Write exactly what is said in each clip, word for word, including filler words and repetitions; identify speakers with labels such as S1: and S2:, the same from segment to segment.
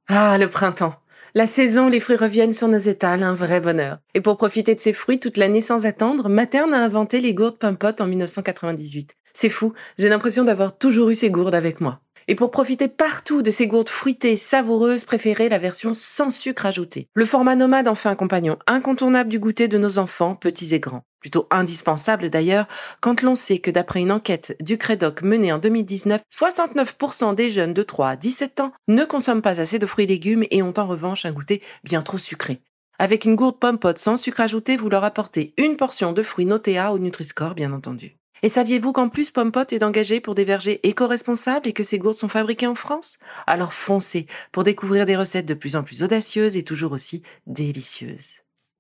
S1: Ah, le printemps. La saison où les fruits reviennent sur nos étals, un vrai bonheur. Et pour profiter de ces fruits toute l'année sans attendre, Materne a inventé les gourdes Pump-Pot en dix-neuf cent quatre-vingt-dix-huit. C'est fou, j'ai l'impression d'avoir toujours eu ces gourdes avec moi. Et pour profiter partout de ces gourdes fruitées, savoureuses, préférez la version sans sucre ajouté. Le format nomade en fait un compagnon incontournable du goûter de nos enfants, petits et grands. Plutôt indispensable d'ailleurs, quand l'on sait que d'après une enquête du Crédoc menée en deux mille dix-neuf, soixante-neuf pour cent des jeunes de trois à dix-sept ans ne consomment pas assez de fruits et légumes et ont en revanche un goûter bien trop sucré. Avec une gourde Pump-Pot sans sucre ajouté, vous leur apportez une portion de fruits notés A au Nutri-Score, bien entendu. Et saviez-vous qu'en plus Pump-Pot est engagé pour des vergers éco-responsables et que ces gourdes sont fabriquées en France? Alors foncez pour découvrir des recettes de plus en plus audacieuses et toujours aussi délicieuses.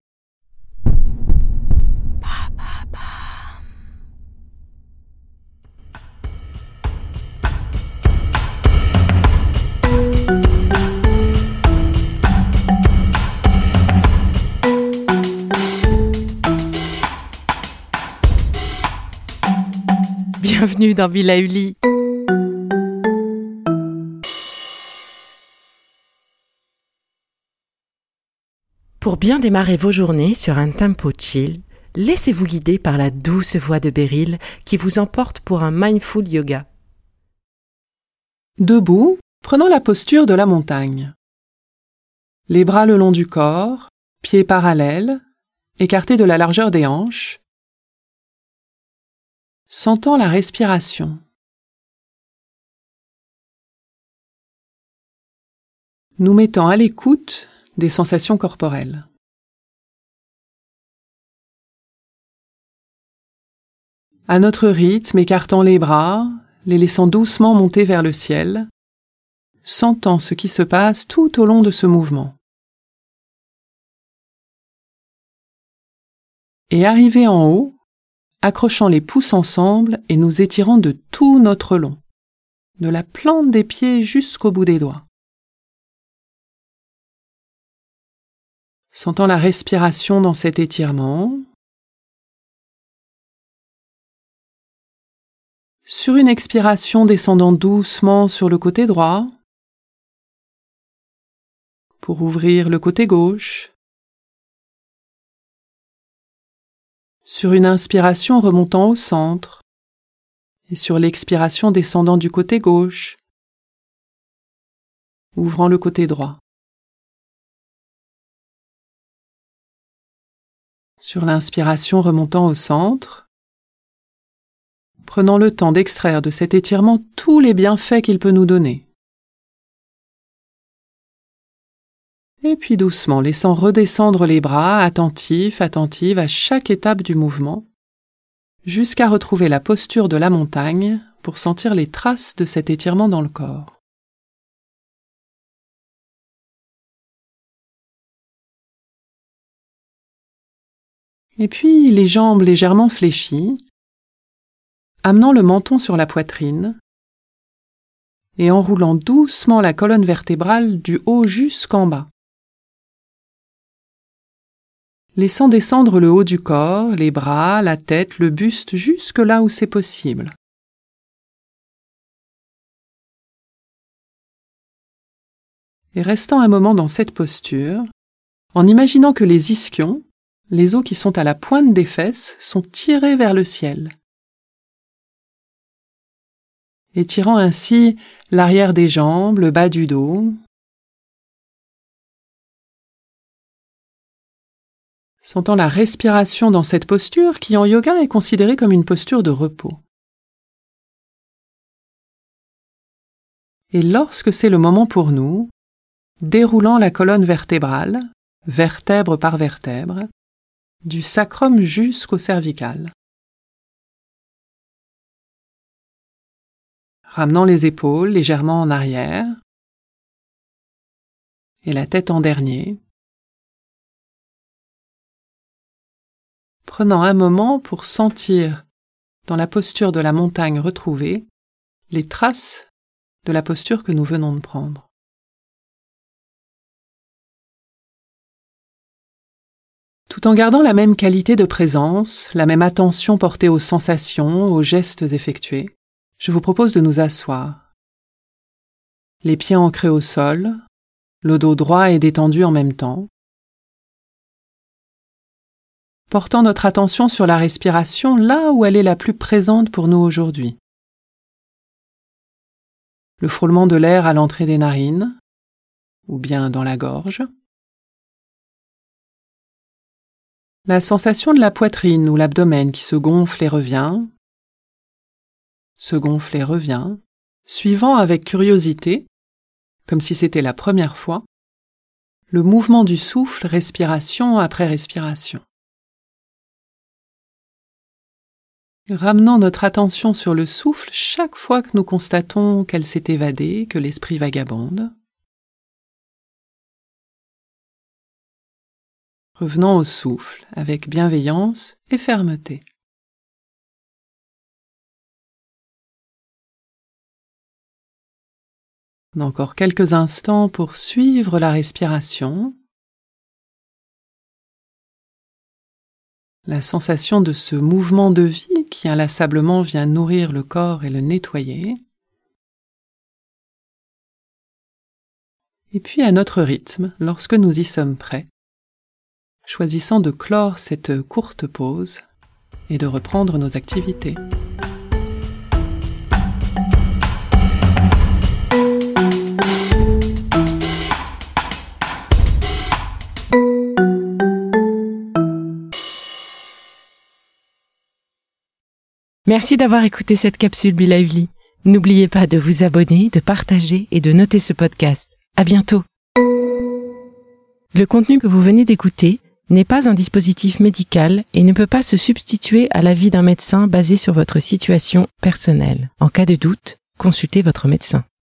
S1: Bienvenue dans Villa Uli. Pour bien démarrer vos journées sur un tempo chill, laissez-vous guider par la douce voix de Beryl qui vous emporte pour un mindful yoga.
S2: Debout, prenant la posture de la montagne. Les bras le long du corps, pieds parallèles, écartés de la largeur des hanches. Sentant la respiration. Nous mettons à l'écoute des sensations corporelles. À notre rythme, écartant les bras, les laissant doucement monter vers le ciel, sentant ce qui se passe tout au long de ce mouvement. Et arrivé en haut, accrochant les pouces ensemble et nous étirant de tout notre long, de la plante des pieds jusqu'au bout des doigts. Sentant la respiration dans cet étirement. Sur une expiration descendant doucement sur le côté droit, pour ouvrir le côté gauche. Sur une inspiration remontant au centre et sur l'expiration descendant du côté gauche, ouvrant le côté droit. Sur l'inspiration remontant au centre, prenant le temps d'extraire de cet étirement tous les bienfaits qu'il peut nous donner. Et puis doucement, laissant redescendre les bras, attentifs, attentives à chaque étape du mouvement, jusqu'à retrouver la posture de la montagne pour sentir les traces de cet étirement dans le corps. Et puis les jambes légèrement fléchies, amenant le menton sur la poitrine et enroulant doucement la colonne vertébrale du haut jusqu'en bas. Laissant descendre le haut du corps, les bras, la tête, le buste jusque là où c'est possible. Et restant un moment dans cette posture, en imaginant que les ischions, les os qui sont à la pointe des fesses, sont tirés vers le ciel. Étirant ainsi l'arrière des jambes, le bas du dos. Sentant la respiration dans cette posture qui en yoga est considérée comme une posture de repos. Et lorsque c'est le moment pour nous, déroulant la colonne vertébrale, vertèbre par vertèbre, du sacrum jusqu'au cervical. Ramenant les épaules légèrement en arrière et la tête en dernier. Prenant un moment pour sentir, dans la posture de la montagne retrouvée, les traces de la posture que nous venons de prendre. Tout en gardant la même qualité de présence, la même attention portée aux sensations, aux gestes effectués, je vous propose de nous asseoir. Les pieds ancrés au sol, le dos droit et détendu en même temps. Portant notre attention sur la respiration là où elle est la plus présente pour nous aujourd'hui. Le frôlement de l'air à l'entrée des narines, ou bien dans la gorge. La sensation de la poitrine ou l'abdomen qui se gonfle et revient, se gonfle et revient, suivant avec curiosité, comme si c'était la première fois, le mouvement du souffle, respiration après respiration. Ramenant notre attention sur le souffle chaque fois que nous constatons qu'elle s'est évadée, que l'esprit vagabonde. Revenons au souffle avec bienveillance et fermeté. Encore quelques instants pour suivre la respiration. La sensation de ce mouvement de vie qui inlassablement vient nourrir le corps et le nettoyer. Et puis à notre rythme, lorsque nous y sommes prêts, choisissant de clore cette courte pause et de reprendre nos activités.
S1: Merci d'avoir écouté cette capsule Be Lively. N'oubliez pas de vous abonner, de partager et de noter ce podcast. À bientôt. Le contenu que vous venez d'écouter n'est pas un dispositif médical et ne peut pas se substituer à l'avis d'un médecin basé sur votre situation personnelle. En cas de doute, consultez votre médecin.